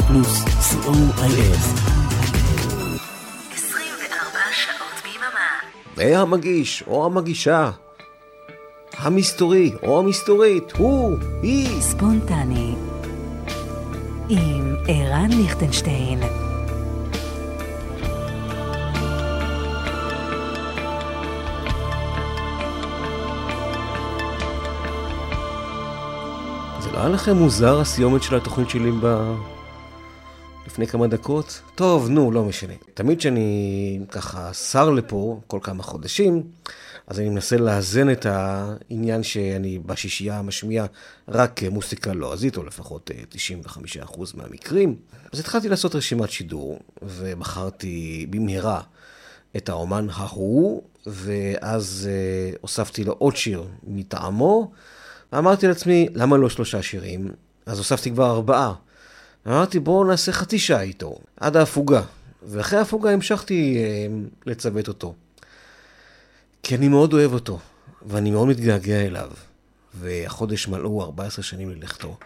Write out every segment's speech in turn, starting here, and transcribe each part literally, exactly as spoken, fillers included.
פלוס, סי או איי אס. עשרים וארבע שעות ביממה. והמגיש או המגישה, המסתורי או המסתורית, הוא, היא. ספונטני. עם ערן ליכטנשטיין. זה לא היה לכם מוזר הסיומת של התוכנית שלי ב... לפני כמה דקות? טוב, נו, לא משנה. תמיד שאני ככה שר לפה כל כמה חודשים, אז אני מנסה לאזן את העניין שאני בשישייה משמיע רק מוסיקה לועזית, או לפחות תשעים וחמישה אחוז מהמקרים. אז התחלתי לעשות רשימת שידור, ובחרתי במהרה את האומן ההוא, ואז uh, הוספתי לו עוד שיר מטעמו, ואמרתי לעצמי, למה לא שלושה שירים? אז הוספתי כבר ארבעה. אמרתי, בואו נעשה חצי שעה איתו, עד ההפוגה. ואחרי ההפוגה המשכתי אה, לצוות אותו. כי אני מאוד אוהב אותו, ואני מאוד מתגעגע אליו. והחודש מלאו ארבע עשרה שנים ללכתו.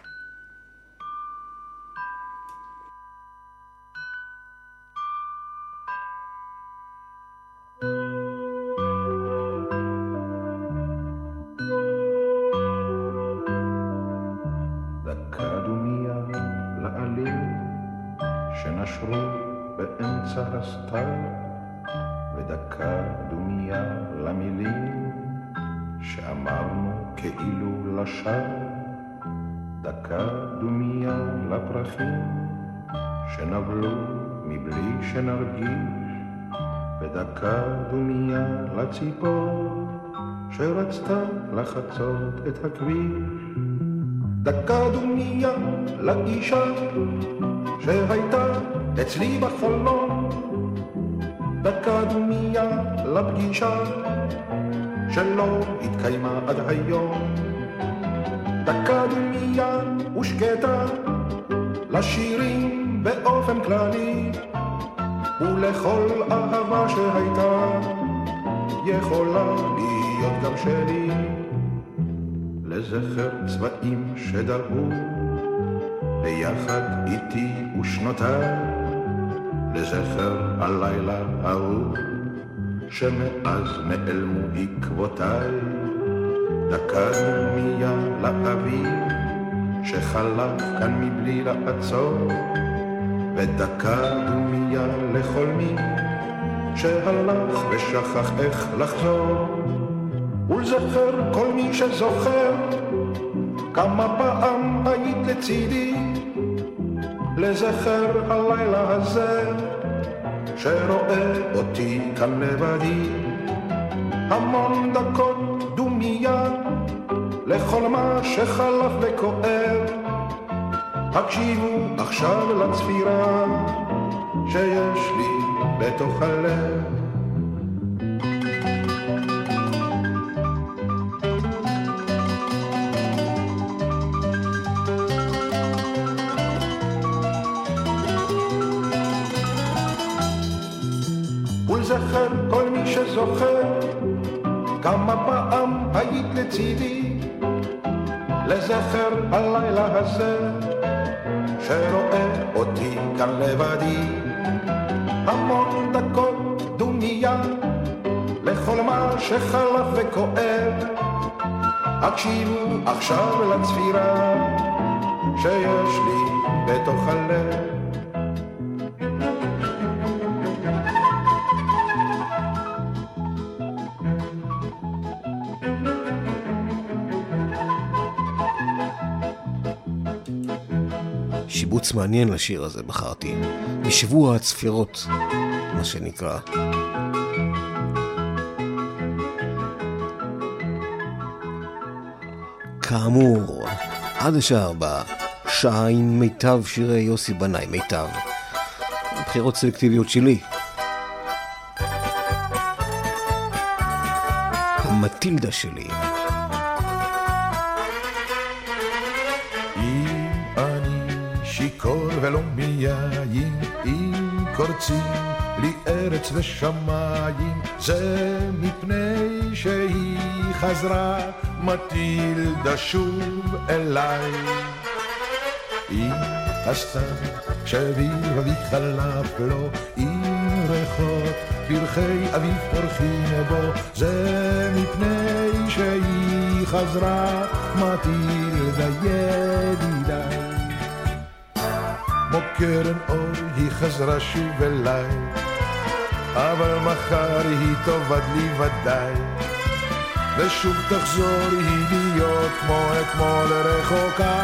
באמצע הסתיו ודקה דומיה למילים שאמרנו כאילו לשב, דקה דומיה לפרחים שנבלו מבלי שנרגיש, ודקה דומיה לציפור שרצתה לחצות את הכביש, דקה דומיה לאישה שהייתה אצלי בחלום, דקה דומיה לפגישה שלא התקיימה עד היום, דקה דומיה ושקטה לשירים באופן כללי ולכל אהבה שהייתה יכולה להיות גם שלי, לזכר צבעים שדלו ביחד איתי ושנותיי, לזכר הלילה ההוא שמאז נעלמו עקבותיי, דקה דומיה לאביב שחלף כאן מבלי לעצור, ודקה דומיה לכל מי שהלך ושכח איך לחזור, ולזכר כל מי שזוכר כמה פעם היית לצידי, לזכר הלילה הזה שרואה אותי כאן לבדי, המון דקות דומיה לכל מה שחלף וכואב, הקשיבו עכשיו לצפירה שיש לי בתוך הלב. ולזכר כל מי שזוכר כמה פעם היית לצידי, לזכר הלילה הזה שרואה אותי כאן לבדי, המון דקות דומיה לכל מה שחלף וכואב, הקשיבו עכשיו לצפירה שיש לי בתוך הלב. שיבוץ מעניין לשיר הזה בחרתי, משבוע הצפירות, מה שנקרא. כאמור, עד השעה ארבע, שעה עם מיטב שירי יוסי בנאי, מיטב. בחירות סלקטיביות שלי. המטילדה שלי. שיכור ולא מיין, אם קורצים לי ארץ ושמיים, זה מפני שהיא חזרה מטילדה שוב אליי. היא עשתה כשבלבבי חלף לו עם ריחות פרחי אביב פורחים בו, זה מפני שהיא חזרה מטילדה ידידה. כמו קרן אור היא חזרה שוב אליי, אבל מחר היא תאבד לי ודאי, ושוב תחזור היא להיות כמו אתמול רחוקה,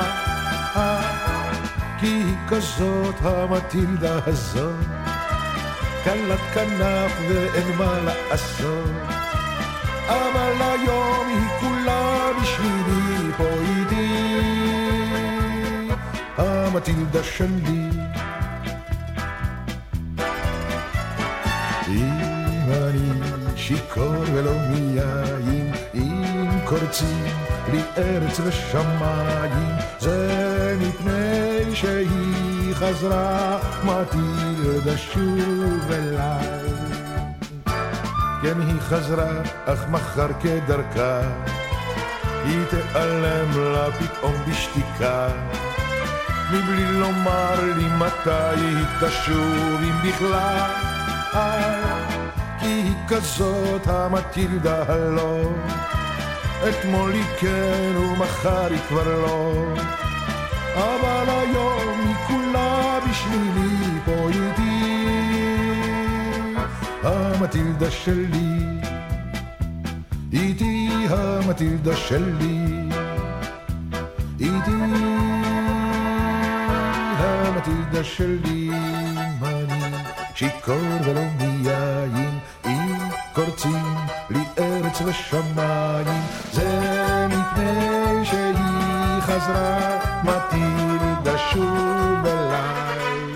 כי היא כזאת המטילדה הזאת, קלת כנף ואין מה לעשות, אבל היום היא כולה בשבילי פה איתי, המטילדה שלי. אם אני שיכור ולא מיין, אם קורצים לי ארץ ושמיים, זה מפני שהיא חזרה מטילדה שוב אליי. כן היא חזרה אך מחר כדרכה, היא תיעלם לה פתאום בשתיקה, מבלי לומר לי מתי היא תשוב אם בכלל, כי היא כזאת המטילדה הלא, אתמול היא כן ומחר היא כבר לא, אבל היום היא כולה בשבילי פה איתי, המטילדה שלי, איתי המטילדה שלי, איתי המטילדה שלי. אני שיכור ולא מיין, אם קורצים לי ארץ ושמיים, זה מפני שהיא חזרה מטילדה שוב אליי.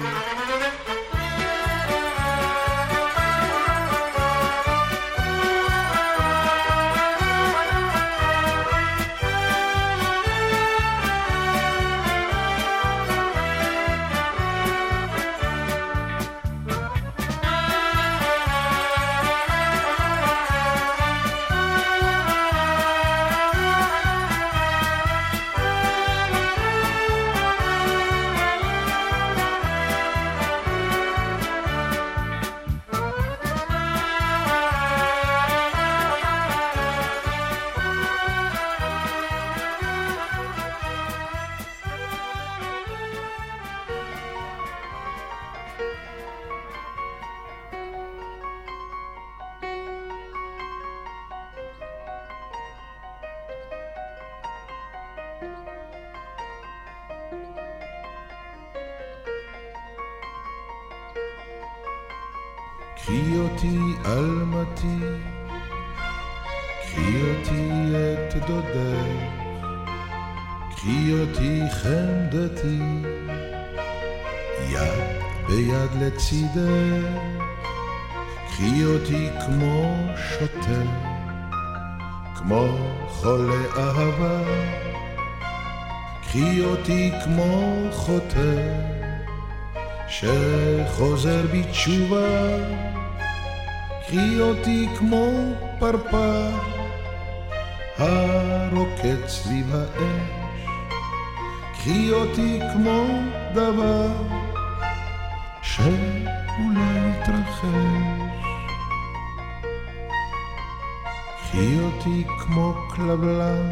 קחי אותי אלמתי, קחי אותי את דודך, קחי אותי חמדתי, יד ביד לצידך, קחי אותי כמו שוטה, כמו חולה אהבה, קחי אותי כמו חוטא שחוזר בתשובה, קחי אותי כמו פרפר הרוקד סביב האש, קחי אותי כמו דבר שאולי יתרחש, קחי אותי כמו כלבלב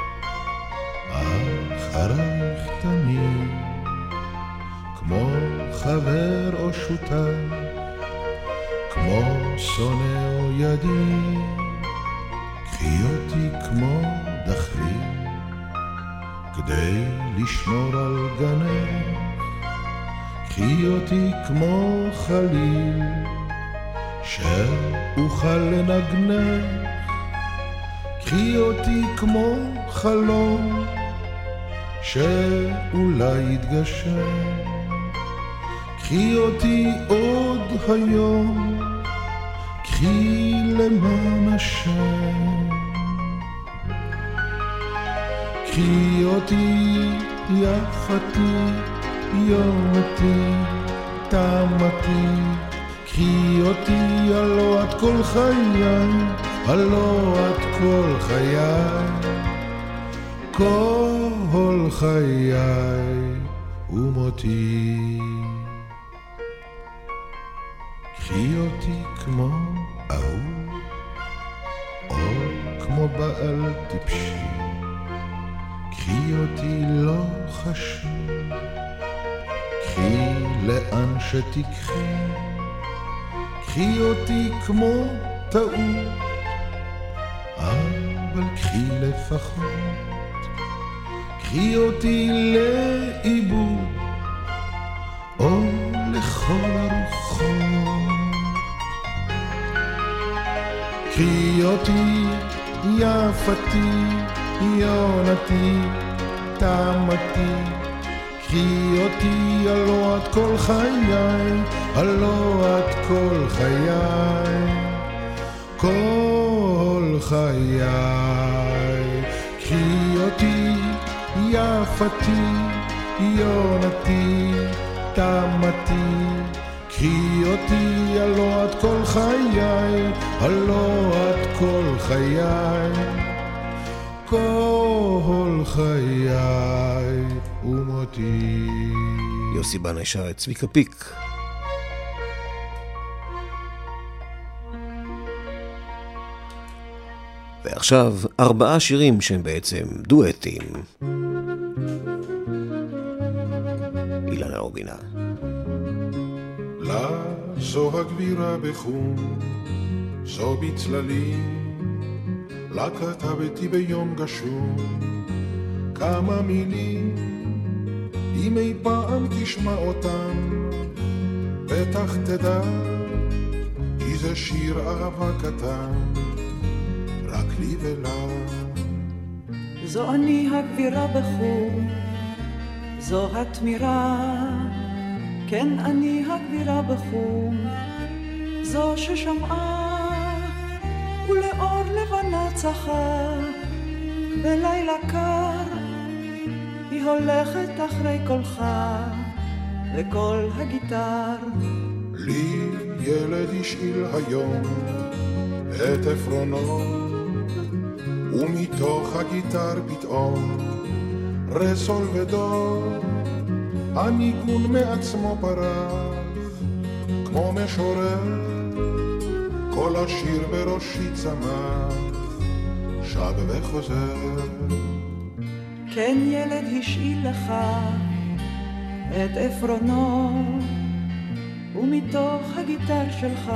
אחרייך תמיד, כמו חבר או שותף, כמו שונא או ידיד, קחי אותי כמו דחליל כדי לשמור על גנך, קחי אותי כמו חליל שאוכל לנגנך, קחי אותי כמו חלום שאולי יתגשם, קחי אותי עוד היום, קחי למען השם, קחי אותי יפתי, יומתי, תמתי, קחי אותי הלא את כל חיי, הלא את כל חיי, כל חיי ומותי. קחי אותי כמו אהוב, או כמו בעל טיפשי, קחי אותי לא חשוב, קחי לאן שתקחי, קחי אותי כמו טעות, אבל קחי לפחות, קחי אותי לאיבוד, או לכל הרוחות. קחי אותי יפתי, יונתי, תמתי, קחי אותי הלא את כל חיי, הלא את כל חיי, כל חיי. קחי אותי יפתי, יונתי, תמתי, קחי אותי הלא את כל חיי, הלא את כל חיי, כל חיי ומותי. יוסי בנאי שר את צביקה פיק. ועכשיו ארבעה שירים שהם בעצם דואטים. אילנה אורגינה. לה זו הגבירה בחום, זו בצללים, לה כתבתי ביום גשום כמה מילים, אם אי פעם תשמע אותם בטח תדע, כי זה שיר אהבה קטן רק לי ולה. זו אני הגבירה בחום, זו התמירה, כן אני הגבירה בחום, זו ששמעה ולאור לבנה צחה, בלילה קר היא הולכת אחרי קולך וקול הגיטר. לי ילד השאיל היום את עפרונו, ומתוך הגיטר פתאום רסול ודו, הניגון מעצמו פרח כמו משורר, כל השיר בראשי צמח שב וחוזר. כן ילד השאיל לך את עפרונו, ומתוך הגיטר שלך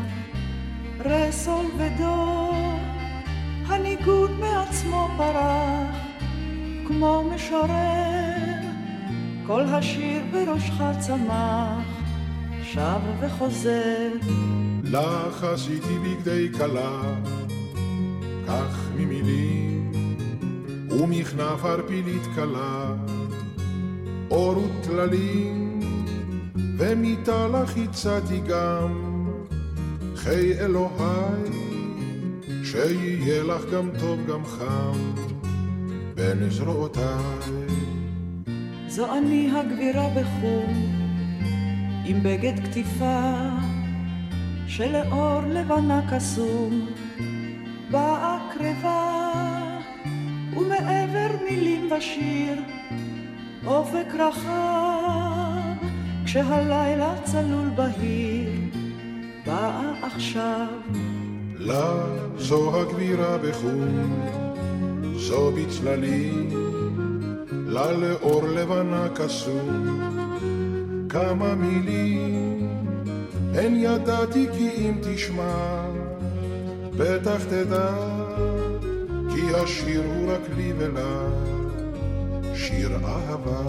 רסול ודו, הניגון מעצמו פרח כמו משורר, כל השיר בראשך צמח שב וחוזר. לך עשיתי בגדי קלה, כך ממילים ומכנף ערפילית קלה, אור וטללים, ומיטה לך הצעתי גם חי אלוהי, שיהיה לך גם טוב גם חם בין זרועותיי. זו אני הגבירה בחום, עם בגד כתיפה שלאור לבנה קסום, באה קרבה ומעבר מילים בשיר אופק רחב, כשהלילה צלול בהיר באה עכשיו. לה זו הגבירה בחום, זו בצללים, לה לאור לבנה קסום כמה מילים, הן ידעתי כי אם תשמע בטח תדע, כי השיר הוא רק לי ולה, שיר אהבה.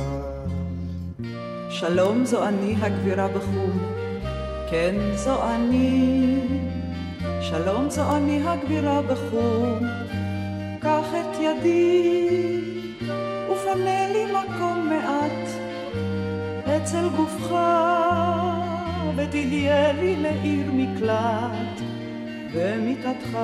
שלום, זו אני הגבירה בחום, כן זו אני. שלום, זו אני הגבירה בחום, קח את ידי ופנה לי מקום מעט אצל גופך, ותהיה לי לעיר מקלט במיטתך.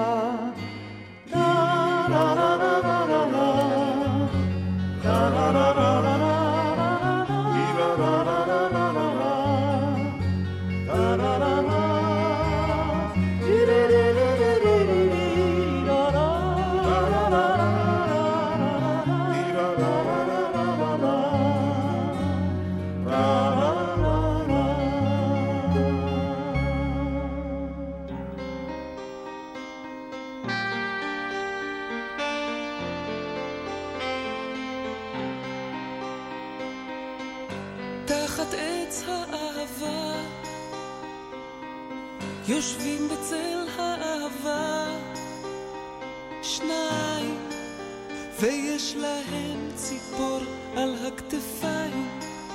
תחת עץ האהבה, יושבים בצל האהבה, שניים, ויש להם ציפור על הכתפיים.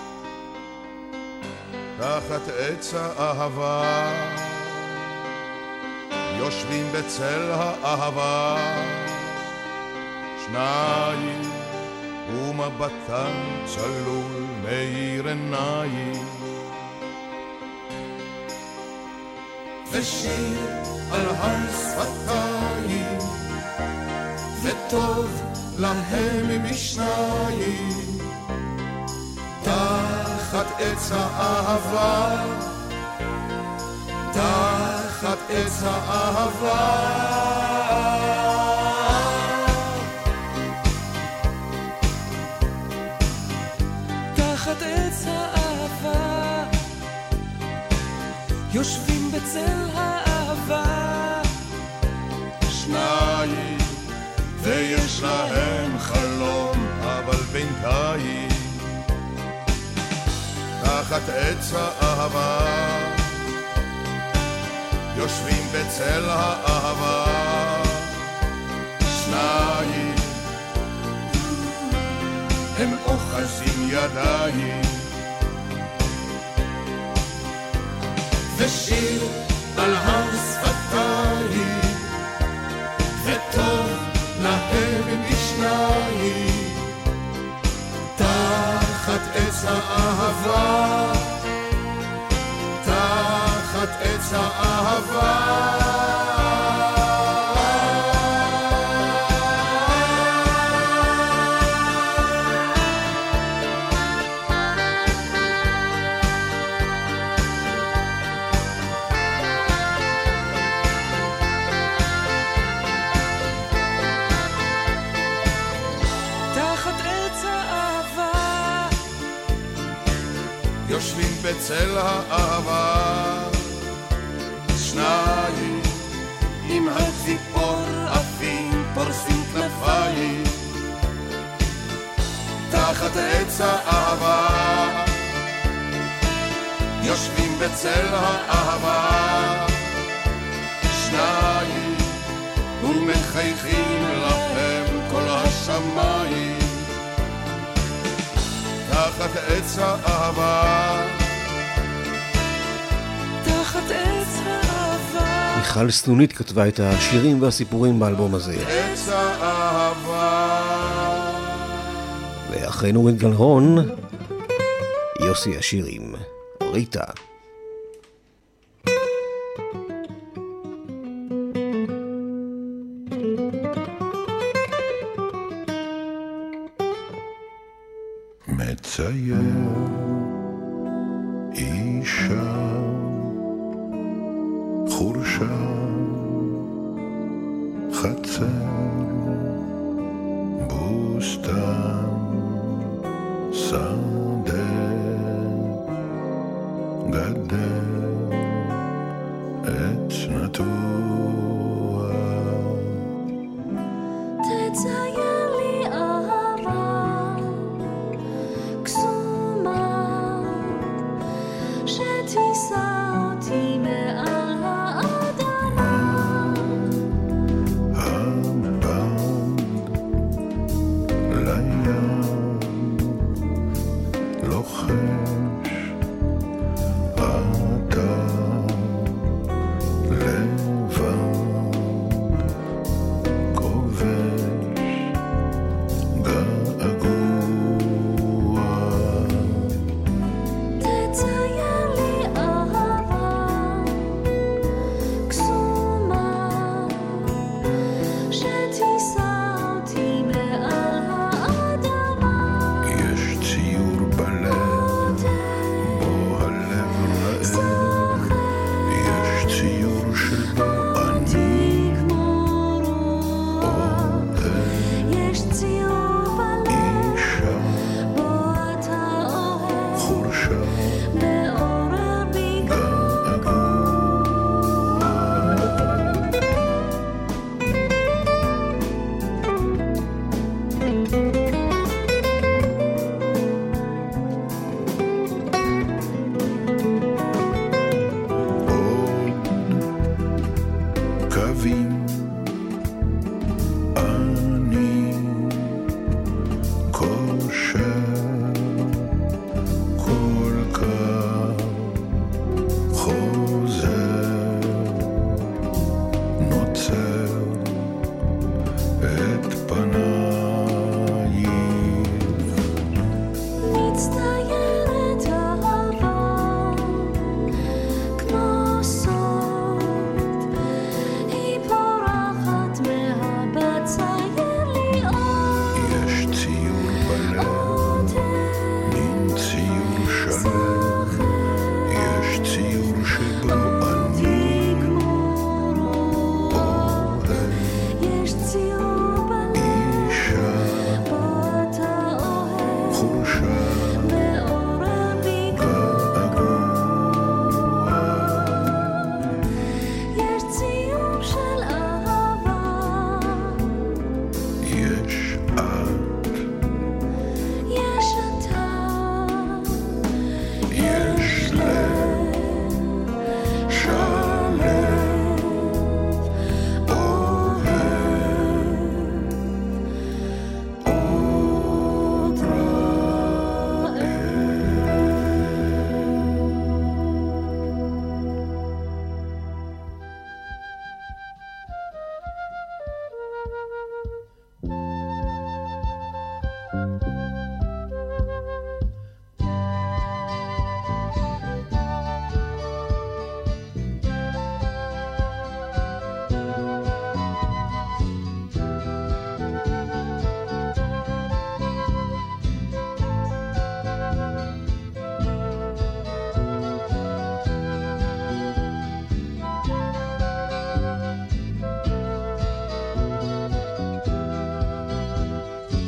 תחת עץ האהבה, יושבים בצל האהבה, שניים, ומבטן צלול מאיר עיניים. ושיר על הר שפתיים, וטוב להם משניים. תחת עץ האהבה, תחת עץ האהבה, תחת עץ האהבה, יושבים בצל האהבה, שניים, ויש להם חלום, אבל בינתיים. תחת עץ האהבה, יושבים בצל האהבה, שניים, הם אוחזים ידיים. ושיר על הר שפתיים, וטוב להם משניים. תחת עץ האהבה, תחת עץ האהבה, יושבים בצל האהבה, שניים, עם הציפור עפים פורסים כנפיים. תחת עץ האהבה, יושבים בצל האהבה, שניים, ומחייכים לכם כל השמיים. תחת עץ האהבה, תחת עץ האהבה. מיכל סנונית כתבה את השירים והסיפורים באלבום הזה. עץ האהבה. ואחרי נורית גלרון, יוסי השירים, ריטה. מצייר אישה חורשה חצר בוסתן שדה גדר עץ נטוע. תצייר לי אהבה קסומה שתישא אותי מעל האדמה. הבד לים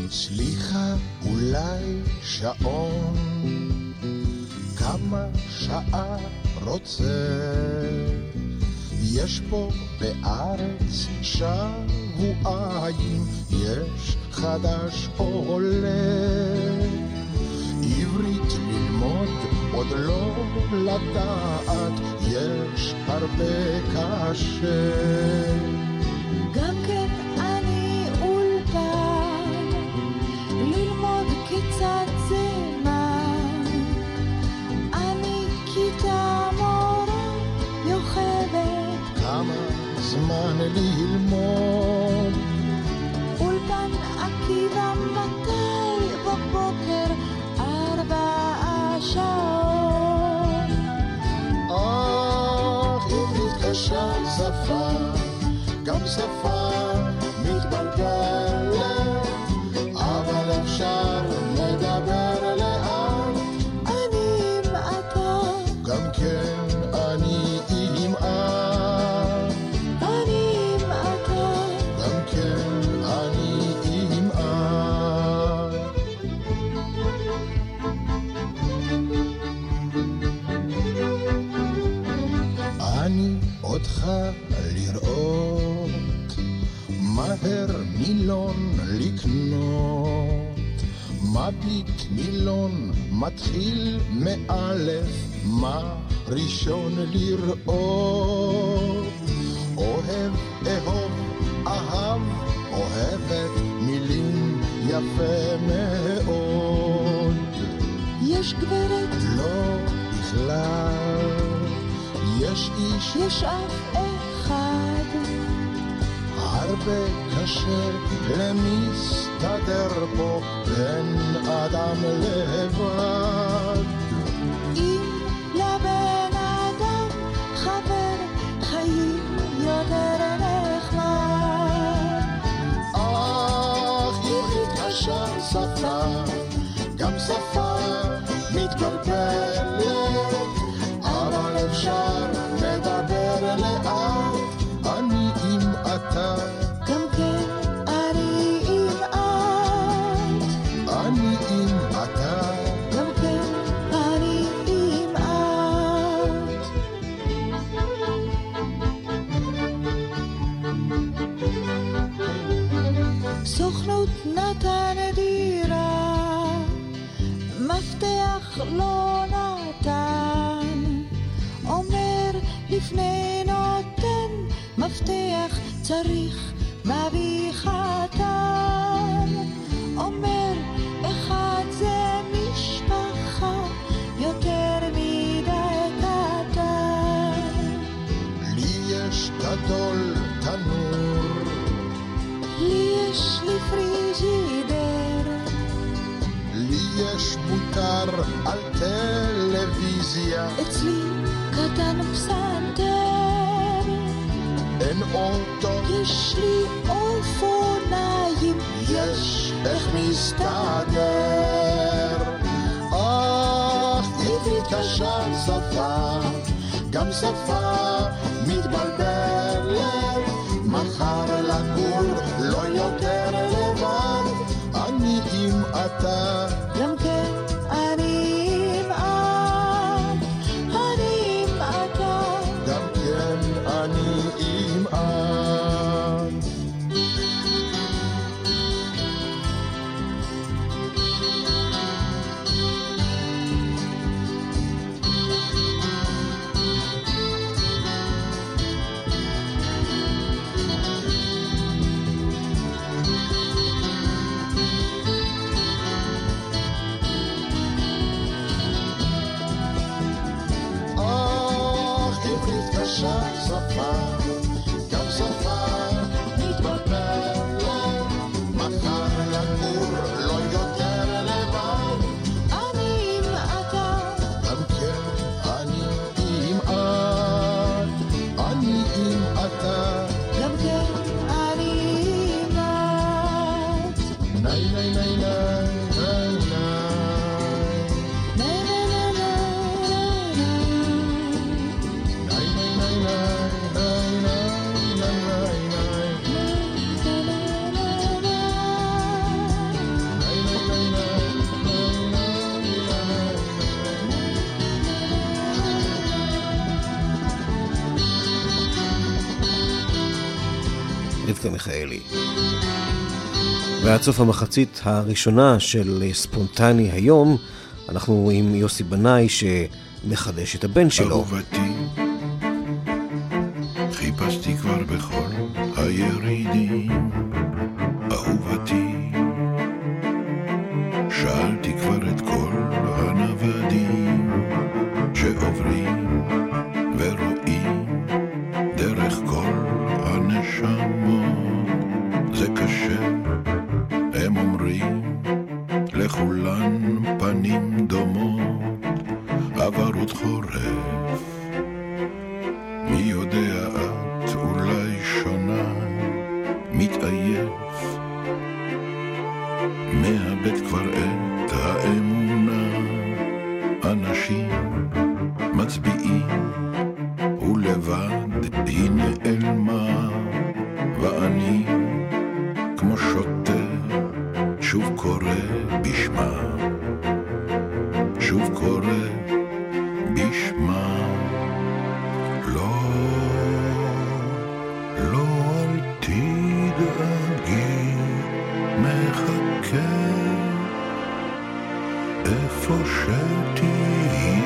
הצליחה אולי שעון, כמה שעה רוצה, יש פה בארץ שבועיים, יש חדש עולה, עברית ללמוד עוד לא לדעת, יש הרבה קשה. גם כן אני אולפן, ללמוד כיצד זה מה, אני כיתה מורה יוכבת, כמה זמן ללמוד, אולפן עקיבא מתי בבוקר ארבעה שעות. אך עברית קשה שפה, גם שפה מתבלבלת, אבל אפשר לדבר לאט, אני עם אתה, גם כן אני עם את, אני עם אתה, גם כן אני עם את. אני אותך לראות, מהר מילון לקנות, מביט מילון מתחיל מאלף, מה ראשון לראות, אוהב אהוב אהב, אוהבת מילים יפה מאוד, יש גברת, לא בכלל, יש איש, יש אף אחד, הרבה קשה למסתדר פה בין אדם לבד, אם לבן אדם חבר חיים יותר נחמד. אך עברית קשה שפה, גם שפה מתבלבלת, אבל אפשר לדבר לאט, אני עם אתה, גם כן אני עם את, אני עם אתה, גם כן אני עם את. סוכנות נתן דירה, מפתח לא נתן, אומר לפני נותן, מפתח צריך מביא חתן, אומר אחד זה משפחה יותר מדי קטן, לי יש גדול תנור, לי יש לי פריג'ידר, לי יש מותר על טלוויזיה, אצלי קטן פסנתר, אין אוטו, יש לי אופניים, יש איך מסתדר. אך עברית קשה שפה, גם שפה מתבלבלת, מחר לגור לא יותר לבד, אני עם אתה, גם כן אני עם את, אני עם אתה, גם כן אני עם את. שפה, גם שפה מתבלבלת, מחר לגור לא יותר לבד, אני עם אתה, גם כן אני עם את, אני עם אתה, גם כן אני עם את. ניי ניי ניי ניי רבקה מיכאלי. ועד סוף המחצית הראשונה של ספונטני היום, אנחנו עם יוסי בנאי שמחדש את הבן שלו. אהובתי, חיפשתי כבר בכל הירידים. אהובתי, שאלתי כבר את כל הנוודים שעוברים ורואים דרך כל הנשמות. זה קשה, הם אומרים, לכולן פנים דומות, עברות חורף, מי יודע את אולי שונה, מתעייף, מאבד כבר את האמונה. אנשים מצביעים ולבד היא נעלמה, ואני כמו שוטר שוב קורא בשמה, שוב קורא בשמה. לא, לא אל תדאגי, מחכה איפה שתהי.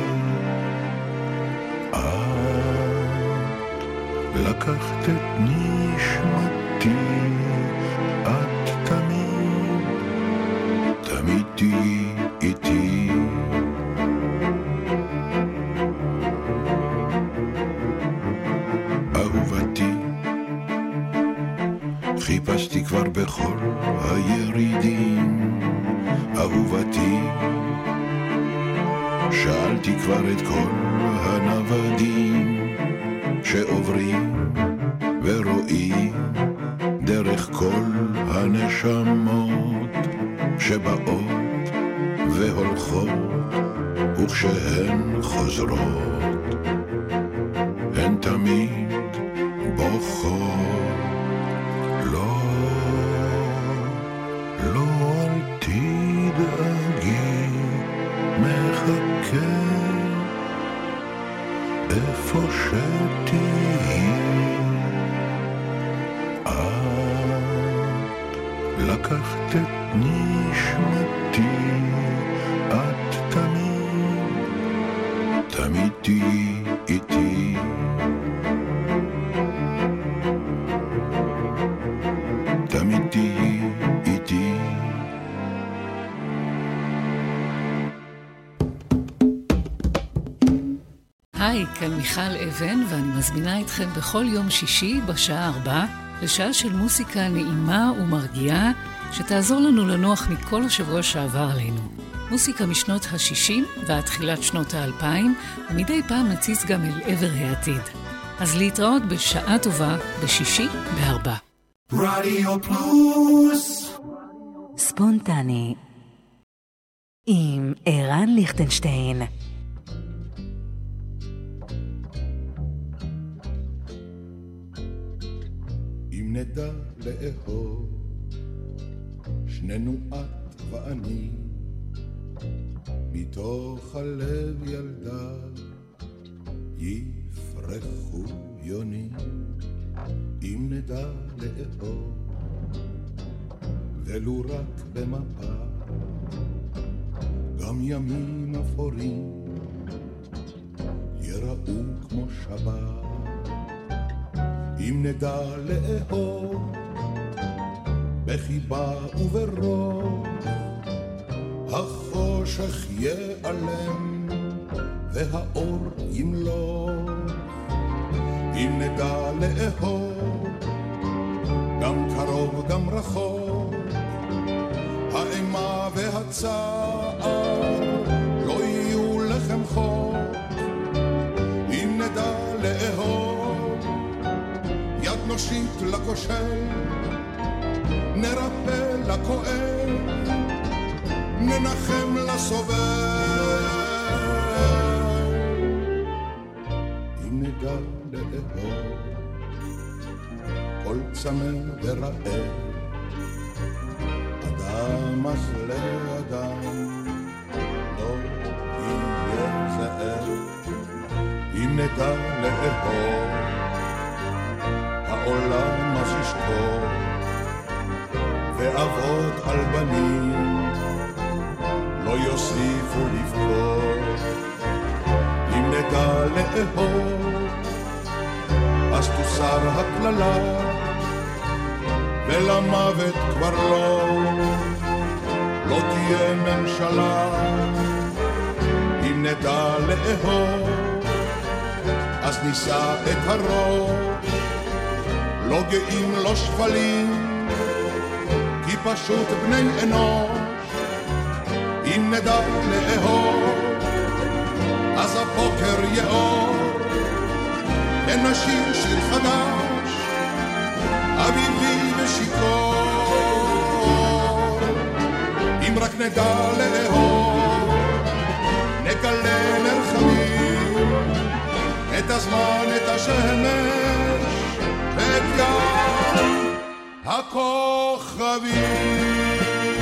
את לקחת את נשמתי, את תמיד, תמיד תהי איתי. אהובתי, חיפשתי כבר בכל הירידים. אהובתי, שאלתי כבר את כל הנוודים שעוברים ורואים דרך כל הנשמות שבאות והולכות, וכשהן חוזרות הן תמיד בוכות. לא, לא אל תדאגי, מחכה איפה שתהי. לקחת את נשמתי, את תמיד, תמיד תהי איתי. תמיד תהי איתי. היי, כאן מיכל אבן, ואני מזמינה אתכם בכל יום שישי בשעה ארבע לשעה של מוסיקה נעימה ומרגיעה שתעזור לנו לנוח מכל השבוע שעבר עלינו. מוסיקה משנות ה-שישים ועד תחילת שנות ה-אלפיים, ומדי פעם נציץ גם אל עבר העתיד. אז להתראות בשעה טובה בשישי בארבע. רדיו פלוס ספונטני עם ערן ליכטנשטיין. אם נדע לאהוב שנינו את ואני, מתוך הלב ילדה יפרחו יונים. אם נדע לאהוב ולו רק במפה, גם ימים אפורים יראו כמו שבת. אם נדע לאהוב בחיבה וברוך, החושך ייעלם והאור ימלוך. אם נדע לאהוב גם קרוב גם רחוק, האימה והצער לא יהיו לכם חוק. אם נדע לאהוב יד נושיט לכושל, נרפא לכואב, ננחם לסובל. אם נדע לאהוב כל צמא ורעב, אדם אז לאדם לא יהיה זאב. אם נדע לאהוב העולם אז ישתוק, אבות על בנים לא יוסיפו לבכות. אם נדע לאהוב אז תוסר הכללה ולמוות כבר לא לא תהיה ממשלה. אם נדע לאהוב אז נישא את הראש, לא גאים לא שפלים כי פשוט בני אנוש. אם נדע לאהוב אז הבוקר יאור ונשיר שיר חדש אביבי ושיכור. אם רק נדע לאהוב נגלה נרחמים את הזמן, את השמש ואת ים הכוכבים.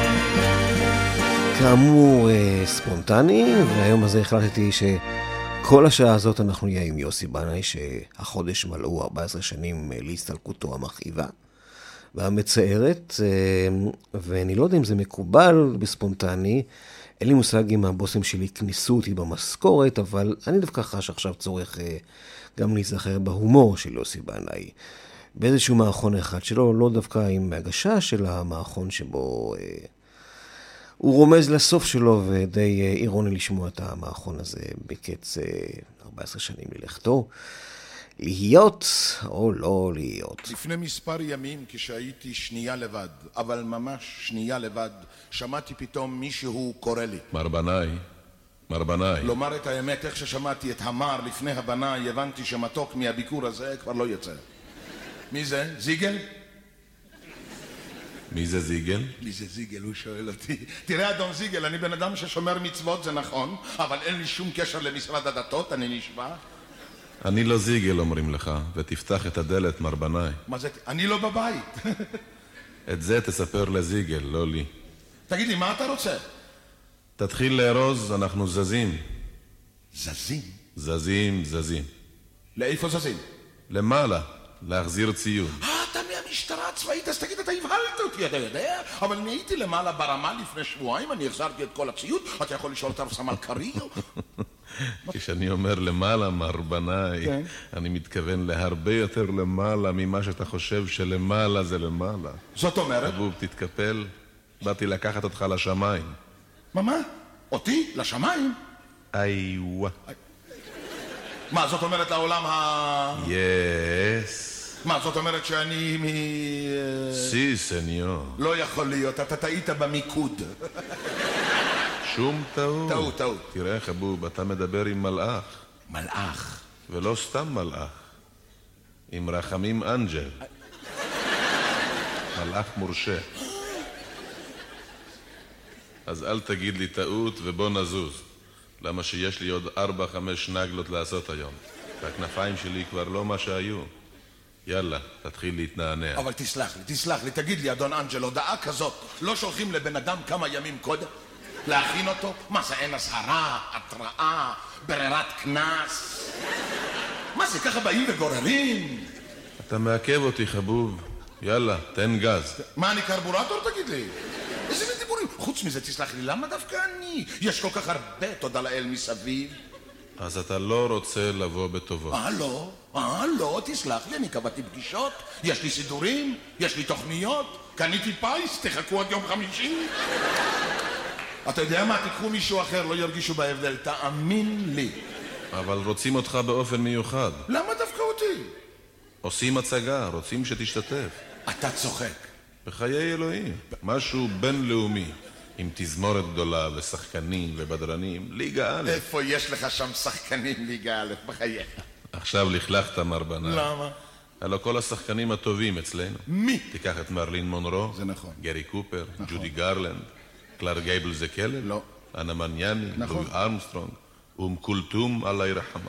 כאמור ספונטני, והיום הזה החלטתי שכל השעה הזאת אנחנו נהיה עם יוסי בנאי, שהחודש מלאו ארבע עשרה שנים להסתלקותו המכאיבה והמצערת, ואני לא יודע אם זה מקובל בספונטני, אין לי מושג אם הבוסים שלי כניסו אותי במשכורת, אבל אני דווקא חש עכשיו צורך גם להיזכר בהומור של יוסי בנאי. באיזשהו מערכון אחד שלו, לא דווקא עם הגשה של המערכון שבו אה, הוא רומז לסוף שלו, ודי אה, אירוני לשמוע את המערכון הזה בקץ אה, ארבע עשרה שנים ללכתו. להיות או לא להיות. לפני מספר ימים כשהייתי שנייה לבד, אבל ממש שנייה לבד, שמעתי פתאום מישהו קורא לי. מר בנאי, מר בנאי. לומר את האמת, איך ששמעתי את המר לפני הבנאי, הבנתי שמתוק מהביקור הזה כבר לא יצא. מי זה? זיגל? מי זה זיגל? מי זה זיגל? הוא שואל אותי. תראה אדון זיגל, אני בן אדם ששומר מצוות, זה נכון, אבל אין לי שום קשר למשרד הדתות, אני נשבע. אני לא זיגל אומרים לך, ותפתח את הדלת מר בנאי. מה זה? אני לא בבית. את זה תספר לזיגל, לא לי. תגיד לי, מה אתה רוצה? תתחיל לארוז, אנחנו זזים. זזים? זזים, זזים. לאיפה זזים? למעלה, להחזיר ציון. אה, אתה מהמשטרה הצבאית, אז תגיד, אתה הבהלת אותי, אתה יודע? אבל אני הייתי למעלה ברמה לפני שבועיים, אני החזרתי את כל הציוד, אתה יכול לשאול את הרסמל קריר? כשאני אומר למעלה, מר בנאי, כן. אני מתכוון להרבה יותר למעלה ממה שאתה חושב שלמעלה זה למעלה. זאת אומרת? חבוב, תתקפל, באתי לקחת אותך לשמיים. מה, מה? אותי? לשמיים? איווה. מה, זאת אומרת לעולם ה... יס. מה, זאת אומרת שאני מ... סי, סניור. לא יכול להיות, אתה טעית במיקוד. שום טעות. טעות, טעות. תראה חבוב, אתה מדבר עם מלאך. מלאך. ולא סתם מלאך. עם רחמים אנג'ל. מלאך מורשה. אז אל תגיד לי טעות ובוא נזוז. למה שיש לי עוד ארבע, חמש נגלות לעשות היום. והכנפיים שלי כבר לא מה שהיו. יאללה, תתחיל להתנענע. אבל תסלח לי, תסלח לי, תגיד לי, אדון אנג'ל, הודעה כזאת, לא שולחים לבן אדם כמה ימים קודם? להכין אותו? מה זה, אין אזהרה, התראה, ברירת כנס? מה זה, ככה באים וגוררים? אתה מעכב אותי, חבוב. יאללה, תן גז. מה, אני קרבורטור, תגיד לי? איזה מין דיבורים? חוץ מזה, תסלח לי, למה דווקא אני? יש כל כך הרבה, תודה לאל מסביב. אז אתה לא רוצה לבוא בטובו. אה, לא, אה, לא, תסלח לי, אני קבעתי פגישות, יש לי סידורים, יש לי תוכניות, קניתי פייס, תחכו עד יום חמישי. אתה יודע מה, תיקחו מישהו אחר, לא ירגישו בהבדל, תאמין לי. אבל רוצים אותך באופן מיוחד. למה דווקא אותי? עושים הצגה, רוצים שתשתתף. אתה צוחק. בחיי אלוהים, משהו בינלאומי. עם תזמורת גדולה ושחקנים ובדרנים, ליגה א'. איפה יש לך שם שחקנים ליגה א' בחייך? עכשיו לכלכת מר בנאי. למה? הלא כל השחקנים הטובים אצלנו. מי? תיקח את מרלין מונרו, זה נכון. גרי קופר, נכון. ג'ודי גרלנד, קלר גייבל זה כלב, לא. אנה מניאני, נכון. לואי ארמסטרונג, אום כולתום אללה ירחמה.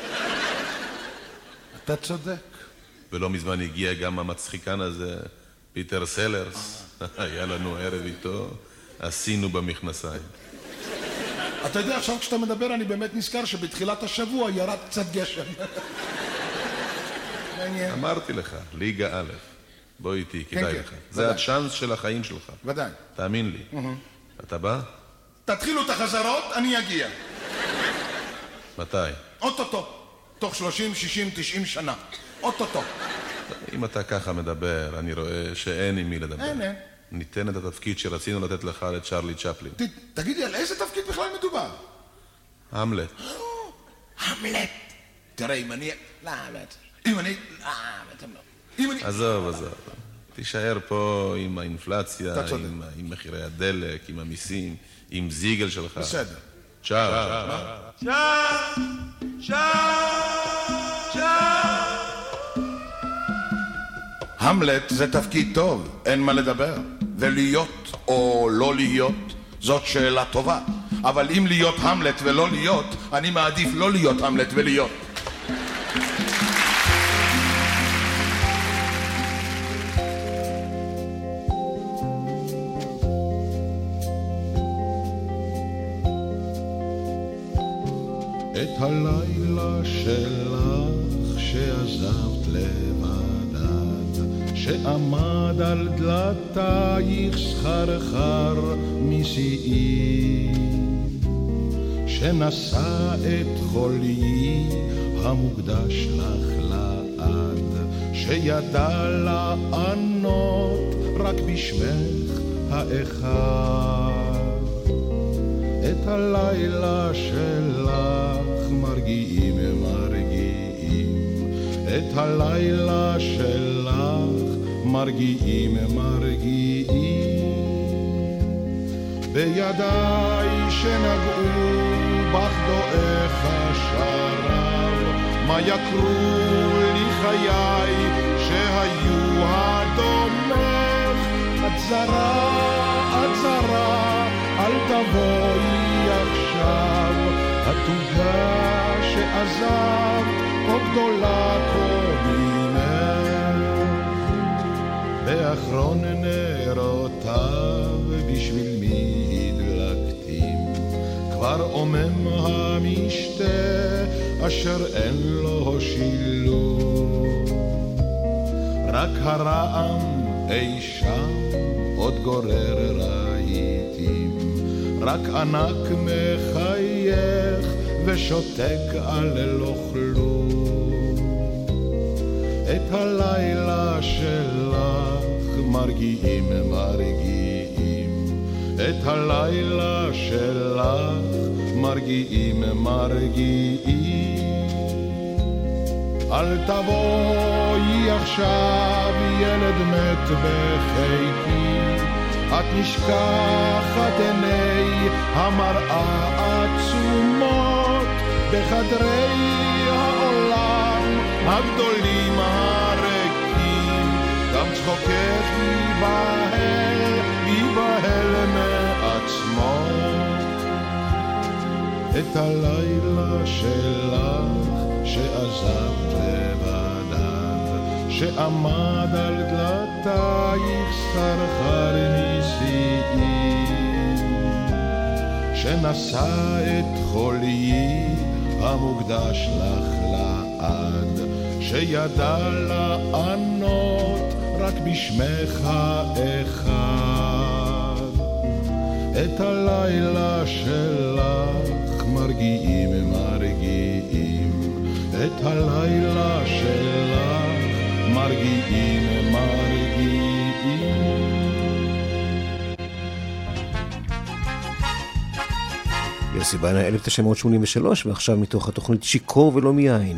אתה צודק. ולא מזמן הגיע גם המצחיקן הזה, פיטר סלרס. היה לנו ערב איתו. עשינו במכנסיים. אתה יודע, עכשיו כשאתה מדבר אני באמת נזכר שבתחילת השבוע ירד קצת גשם. אמרתי לך, ליגה א'. בוא איתי, כדאי לך. זה הצ'אנס של החיים שלך. ודאי. תאמין לי. אתה בא? תתחילו את החזרות, אני אגיע. מתי? אוטוטו. תוך שלושים, שישים, תשעים שנה. אוטוטו. אם אתה ככה מדבר, אני רואה שאין עם מי לדבר. אין, אין. ניתן את התפקיד שרצינו לתת לך לצ'רלי צ'פלין. תגיד לי, על איזה תפקיד בכלל מדובר? המלט. המלט. תראה, אם אני... לא, באמת. אם אני... לא, אתם לא. אם אני... עזוב, עזוב. תישאר פה עם האינפלציה, עם, עם מחירי הדלק, עם המיסים, עם זיגל שלך. בסדר. צ'אר. צ'אר! צ'אר! צ'אר! המלט זה תפקיד טוב, אין מה לדבר. ולהיות או לא להיות, זאת שאלה טובה. אבל אם להיות המלט ולא להיות, אני מעדיף לא להיות המלט ולהיות. את הלילה שלך שעזבת לבדת, שעמד על דלתייך סחרחר משיאי, שנשא את חולי המוקדש לך לעד, שידע לענות רק בשמך האחד. את הלילה שלך מרגיעים מרגיעים, את הלילה שלך מרגיעים מרגיעים, בידיי שנגעו בך דועך השרב, מה יקרו לי חיי שהיו הדומך. את זרה, את זרה, אל תבואי עכשיו, התוגה שעזב או גדולה קומינך. באחרון נרותיו בשביל מי הדלקתים, כבר עומם המשתה אשר אין לו שילוב, רק הרעם אי שם עוד גורר רהיטים, רק ענק מחייך ושותק על לא כלום. את הלילה שלך מרגיעים מרגיעים, את הלילה שלך מרגיעים מרגיעים. אל תבואי עכשיו ילד מת בחיקי, את נשכחת עיני המראה עצומות בחדרי העולם הגדולים הריקים, גם צחוקך ייבהל, ייבהל מעצמו. את הלילה שלך שעזבת לבדת, שעמד על דלתייך סחרחר משיאי, שנשא את חולי המוקדש לך לעד, שידע לענות רק בשמך האחד. את הלילה שלך מרגיעים מרגיעים, את הלילה שלך מרגיעים מרגיעים. יוסי בנה אלף תשע מאות שמונים ושלוש, ועכשיו מתוך התוכנית שיכור ולא מיין.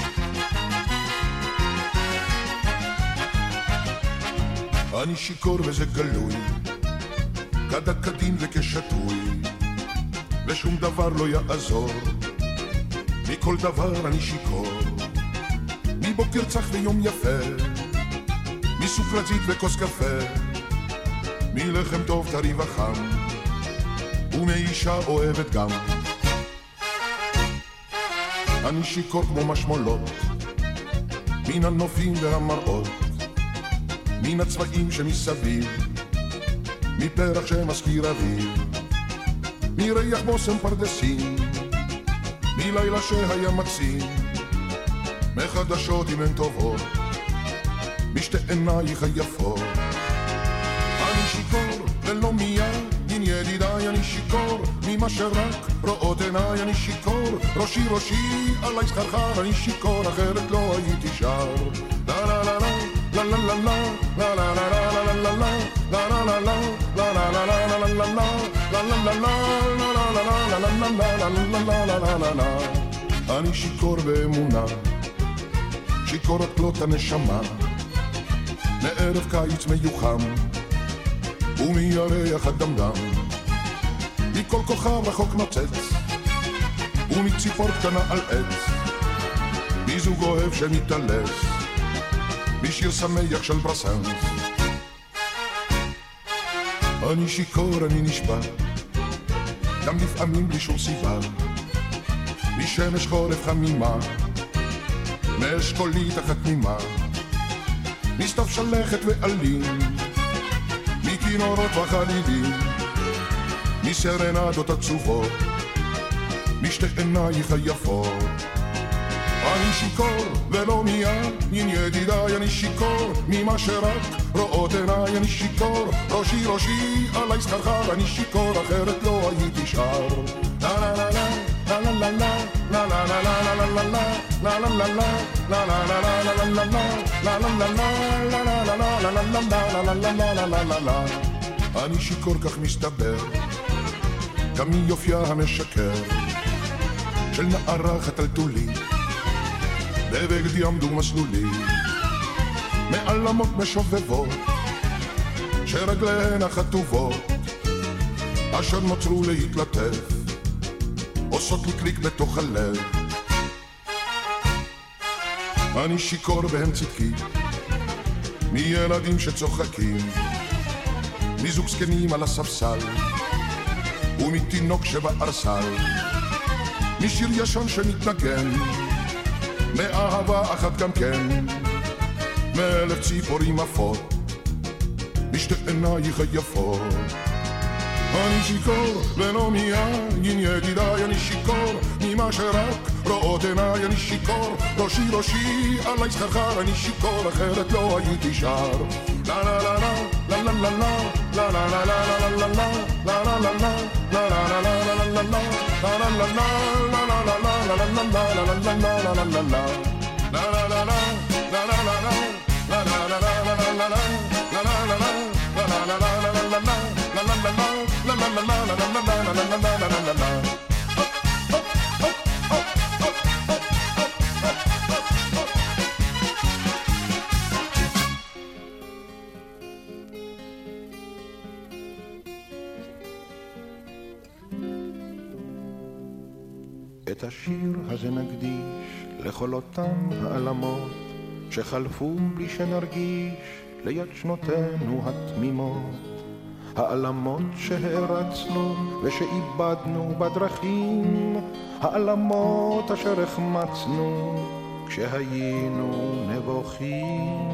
אני שיקור וזה גלוי, כדקדין וכשטוי, ושום דבר לא יעזור, מכל דבר אני שיקור, מבוקר צח ויום יפה, מסוכרזית וכוס קפה, מלחם טוב טרי וחם, ומאישה אוהבת גם. אני שיקור כמו משמולות, מן הנופים והמראות, מן הצבעים שמסביב, מפרח שמזכיר אביב, מריח בוסם פרדסים, מלילה שהיה מקסים, מחדשות אם הן טובות, בשתי עינייך היפות. אני שיכור ולא מיד, עם ידידיי אני שיכור, ממה שרק רואות עיניי אני שיכור, ראשי ראשי עלי סחרחר, אני שיכור אחרת לא הייתי שר. לה לה לה לה לה לה לה לה לה לה לה לה לה לה לה לה לה. אני שיכור באמונה, שיכור את כלות הנשמה, מערב קיץ מיוחם ומירח הדמדם, מכל כוכב רחוק נוצץ ומציפור קטנה על עץ, מזוג אוהב שמתעלס, משיר שמח של ברסנס. אני שיכור, אני נשבע, גם לפעמים בלי שום סיבה, משמש חורף חמימה, מאשכולית אחת תמימה, מסתיו שלכת ועלים, מכינורות וחלילים, מסרנדות עצובות, משתי עינייך היפות. אני שיכור ולא מיד, עם ידידיי אני שיכור, ממה שרק רואות עיניי אני שיכור, ראשי ראשי עלי סחרחר, אני שיכור אחרת לא הייתי שר. לה לה לה לה לה לה לה לה לה לה לה לה לה לה לה לה. אני שיכור כך מסתבר, גם מיופייה המשקר של נערה חתלתולית, בבגד ים דו מסלולי, מעלמות משובבות שרגליהן החטובות, אשר נוצרו להתלטף, עושות לי קליק בתוך הלב. אני שיכור והם צדקי, מילדים שצוחקים, מזוג זקנים על הספסל ומתינוק שבארסל, משיר ישן שמתנגן, מאהבה אחת גם כן, מאלף ציפורים עפות, בשתי עינייך היפות. אני שיכור ולא מיד, עם ידידיי אני שיכור, ממה שרק רואות עיניי אני שיכור, ראשי ראשי עלי סחרחר, אני שיכור אחרת לא הייתי שר. לה לה לה לה לה לה לה לה לה לה לה לה לה לה לה את השיר הזה נקדיש לכל אותם העלמות שחלפו בלי שנרגיש ליד שנותינו התמימות, העלמות שהרצנו ושאיבדנו בדרכים, העלמות אשר החמצנו כשהיינו נבוכים.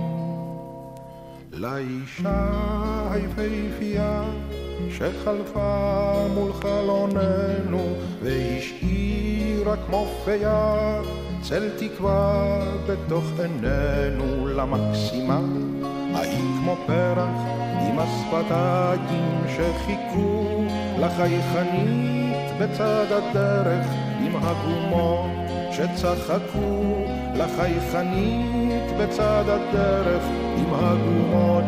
לאישה היפהפייה שחלפה מול חלוננו והשאירה כמו פייה צל תקווה בתוך עינינו, למקסימה ההיא כמו פרח עם השפתיים שחיכו לחייכנית בצד הדרך עם הגומות שצחקו, לחייכנית בצד הדרך עם הגומות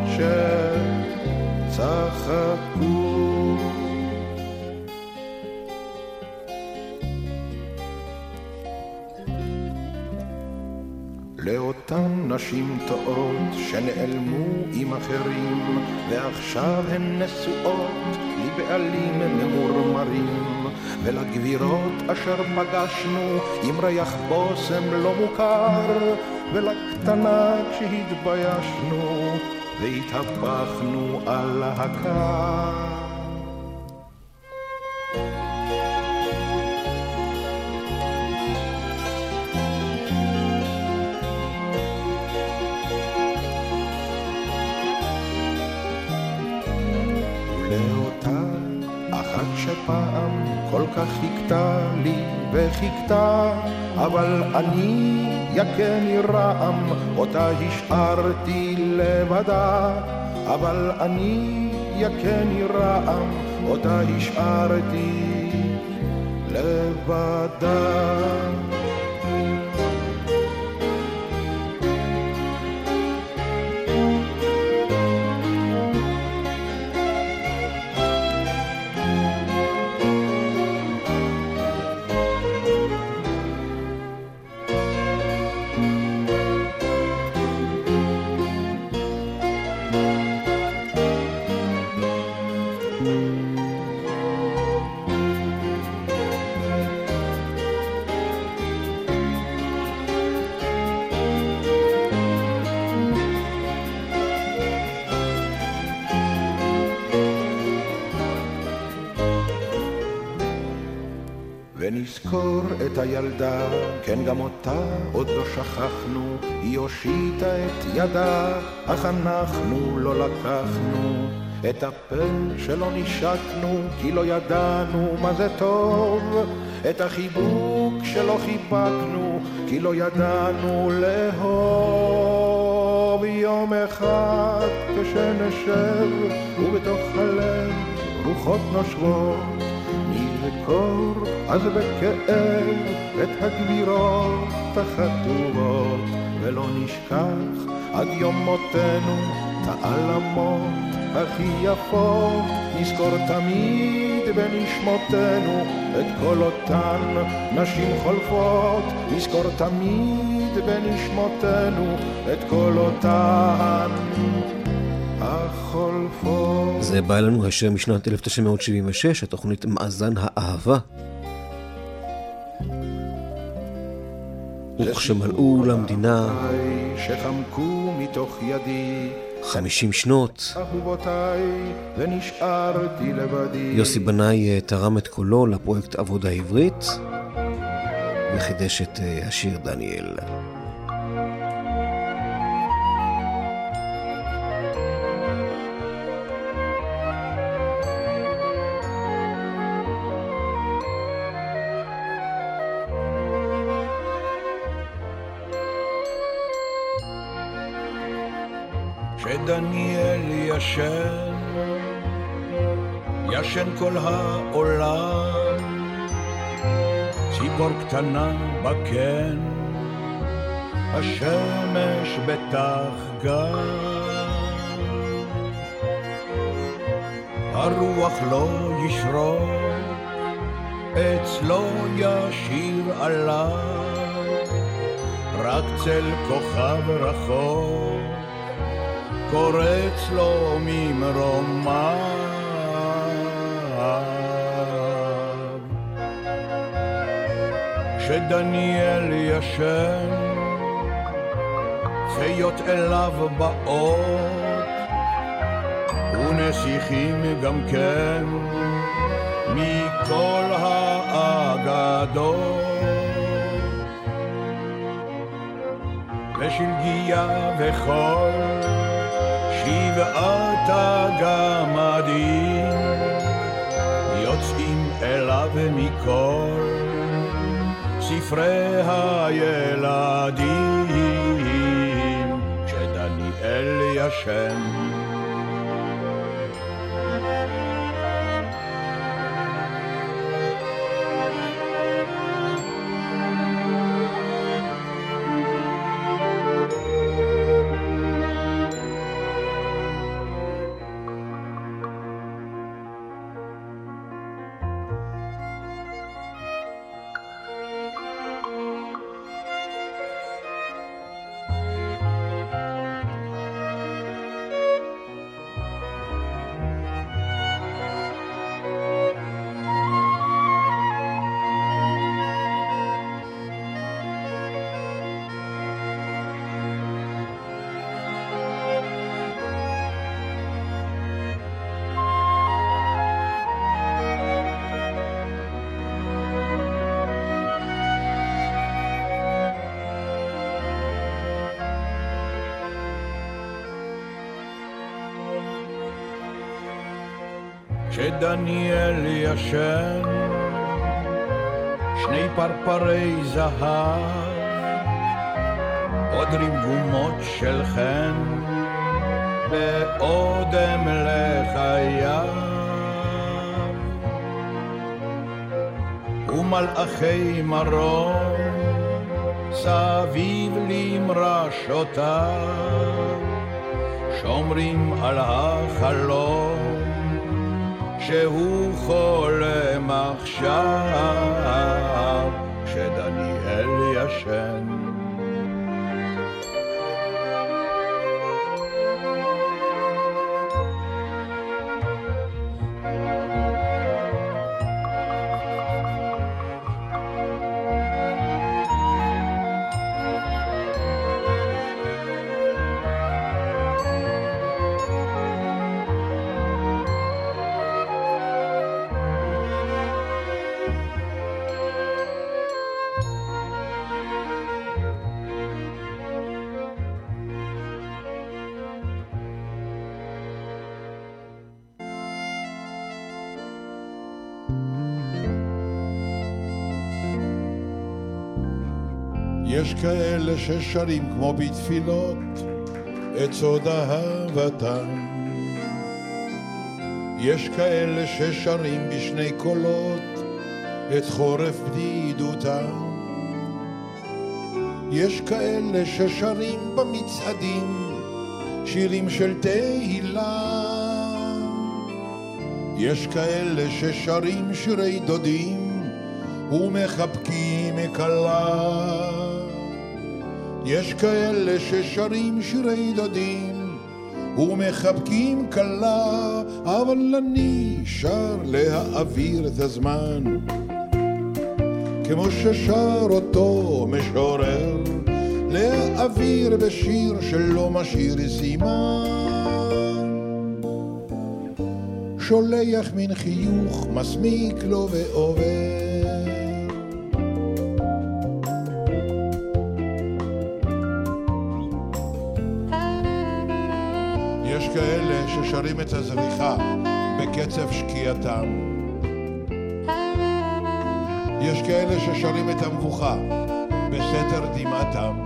שצחקו. לאותן נשים טועות שנעלמו עם אחרים ועכשיו הן נשואות לבעלים ממורמרים, ולגבירות אשר פגשנו עם ריח בושם לא מוכר, ולקטנה כשהתביישנו והתהפכנו על הקר. שפעם כל כך חיכתה לי וחיכתה, אבל אני יקני רעם, אותה השארתי לבדה. אבל אני יקני רעם, אותה השארתי לבדה. ונזכור את הילדה, כן גם אותה עוד לא שכחנו, היא הושיטה את ידה, אך אנחנו לא לקחנו את הפה שלא נשקנו, כי לא ידענו מה זה טוב, את החיבוק שלא חיבקנו, כי לא ידענו לאהוב. יום אחד כשנשב ובתוך הלב רוחות נושבות, נזכור אז בכאב את הגבירות החטובות, ולא נשכח עד יום מותנו את העלמות הכי יפות. נזכור תמיד בנשמותינו את כל אותן נשים חולפות, נזכור תמיד בנשמותינו את כל אותן החולפות. זה בא לנו השם משנת אלף תשע מאות שבעים ושש, התוכנית מאזן האהבה. וכשמלאו למדינה שחמקו מתוך ידי חמישים שנות, אהובותיי, ונשארתי לבדי. יוסי בנאי תרם את קולו לפרויקט עבודה עברית וחידש את השיר דניאל. שדניאל ישן, ישן כל העולם, ציפור קטנה בקן, השמש בטח גן, הרוח לא ישרוק, אצלו ישיר עליו, רק צל כוכב רחוק קורץ לו ממרומיו. כשדניאל ישן, חיות אליו באות, ונסיכים גם כן מכל האגדות, ושלגיה וחול שבעת הגמדים יוצאים אליו מכל ספרי הילדים, כשדניאל ישן. כשדניאל ישן, שני פרפרי זהב, עוד רמגומות של חן, באודם לחייו, ומלאכי מרום סביב למרשותיו, שומרים על החלום שהוא חולם עכשיו, כשדניאל ישן. יש כאלה ששרים כמו בתפילות את סוד אהבתם, יש כאלה ששרים בשני קולות את חורף בדידותם, יש כאלה ששרים במצעדים שירים של תהילה, יש כאלה ששרים שירי דודים ומחבקים כלה, יש כאלה ששרים שירי דודים ומחבקים כלה, אבל אני שר להעביר את הזמן כמו ששר אותו משורר, להעביר בשיר שלא משאיר סימן, שולח מן חיוך מסמיק לו ועובר. יש כאלה ששרים את הזריחה בקצב שקיעתם, יש כאלה ששרים את המבוכה בסתר דמעתם,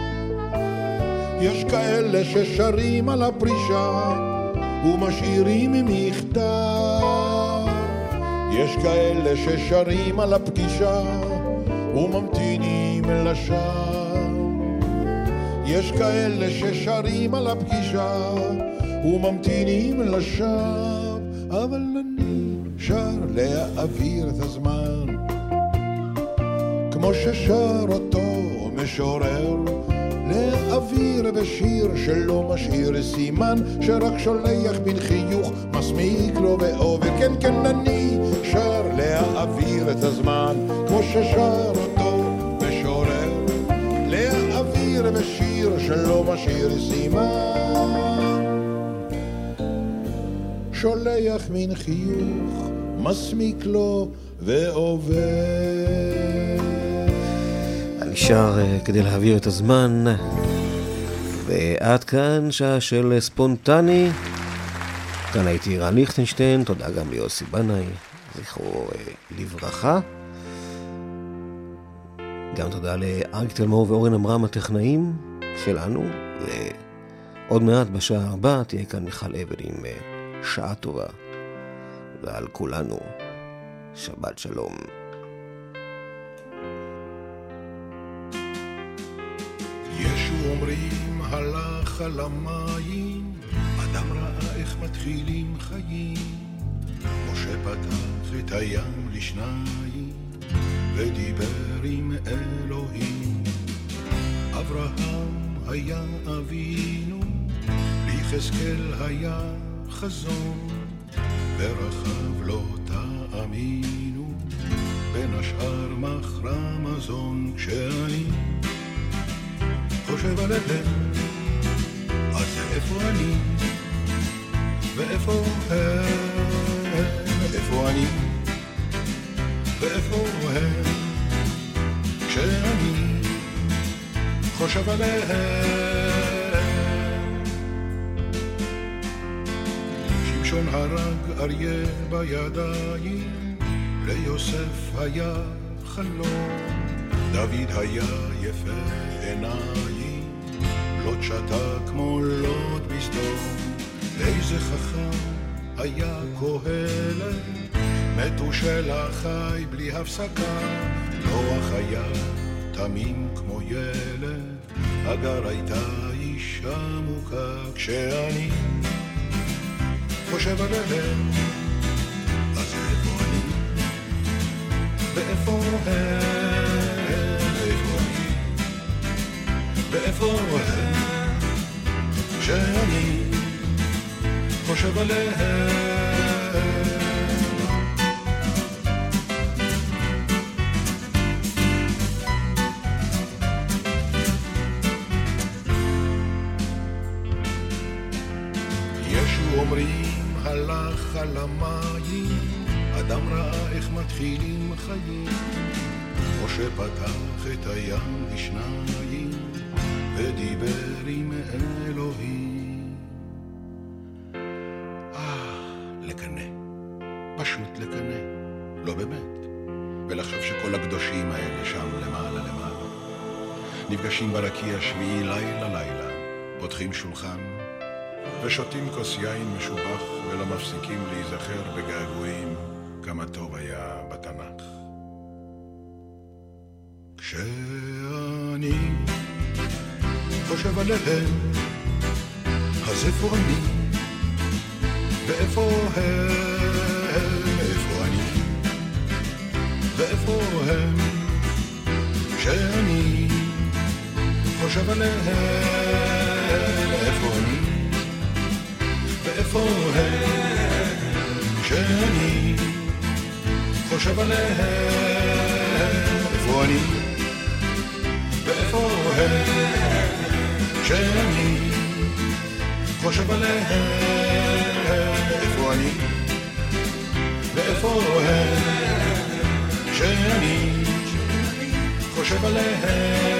יש כאלה ששרים על הפרישה ומשאירים מכתב, יש כאלה ששרים על הפגישה וממתינים לשם, יש כאלה ששרים על הפגישה וממתינים לשם, אבל אני שר להעביר את הזמן כמו ששר אותו משורר, להעביר בשיר שלא משאיר סימן, שרק שולח בין חיוך מסמיק לו ועובר. כן כן אני שר להעביר את הזמן כמו ששר אותו משורר, להעביר בשיר שלא משאיר סימן, שולח מן חיוך מסמיק לו ועובר. אני שר uh, כדי להעביר את הזמן, ועד כאן שעה של ספונטני. כאן הייתי רן ליכטנשטיין, תודה גם ליוסי בנאי, זכרו uh, לברכה. גם תודה לאריק תלמור ואורן אמרם הטכנאים שלנו, ועוד מעט בשעה הבאה תהיה כאן מיכל אבן עם uh, שעה טובה, ועל כולנו שבת שלום. ישו אומרים הלך על המים, אדם ראה איך מתחילים חיים, משה פתח את הים לשניים ודיבר עם אלוהים, אברהם היה אבינו, ליחזקאל היה חזון, ורחב לא תאמינו, בין השאר מכרה מזון. כשאני חושב עליהם, אז איפה אני ואיפה הם, איפה אני ואיפה הם, כשאני חושב עליהם. שמשון הרג אריה בידיים, ליוסף היה חלום, דוד היה יפה עיניים, לוט שתה כמו לוט בסדום, איזה חכם היה קהלת, מתו שלחי בלי הפסקה, נוח היה תמים כמו ילד, אגר הייתה אישה מוכה, כשאני חושב עליהם, אז איפה אני? ואיפה הם? איפה אני? ואיפה הם? כשאני חושב עליהם. אומרים הלך על המים, אדם ראה איך מתחילים חיים, משה פתח את הים לשניים, ודיבר עם אלוהים. אה, לקנה, פשוט לקנה, לא באמת, ולחשוב שכל הקדושים האלה שם למעלה למעלה, נפגשים ברקיע שביעי לילה לילה, פותחים שולחן, ושותים כוס יין משובח ולא מפסיקים להיזכר בגעגועים כמה טוב היה בתנ"ך. כשאני חושב עליהם, אז איפה אני? ואיפה הם? איפה אני? ואיפה הם? כשאני חושב עליהם, איפה אני? ואיפה הם? כשאני חושב עליהם, איפה אני? ואיפה הם? כשאני חושב עליהם, איפה אני? ואיפה הם? כשאני חושב עליהם.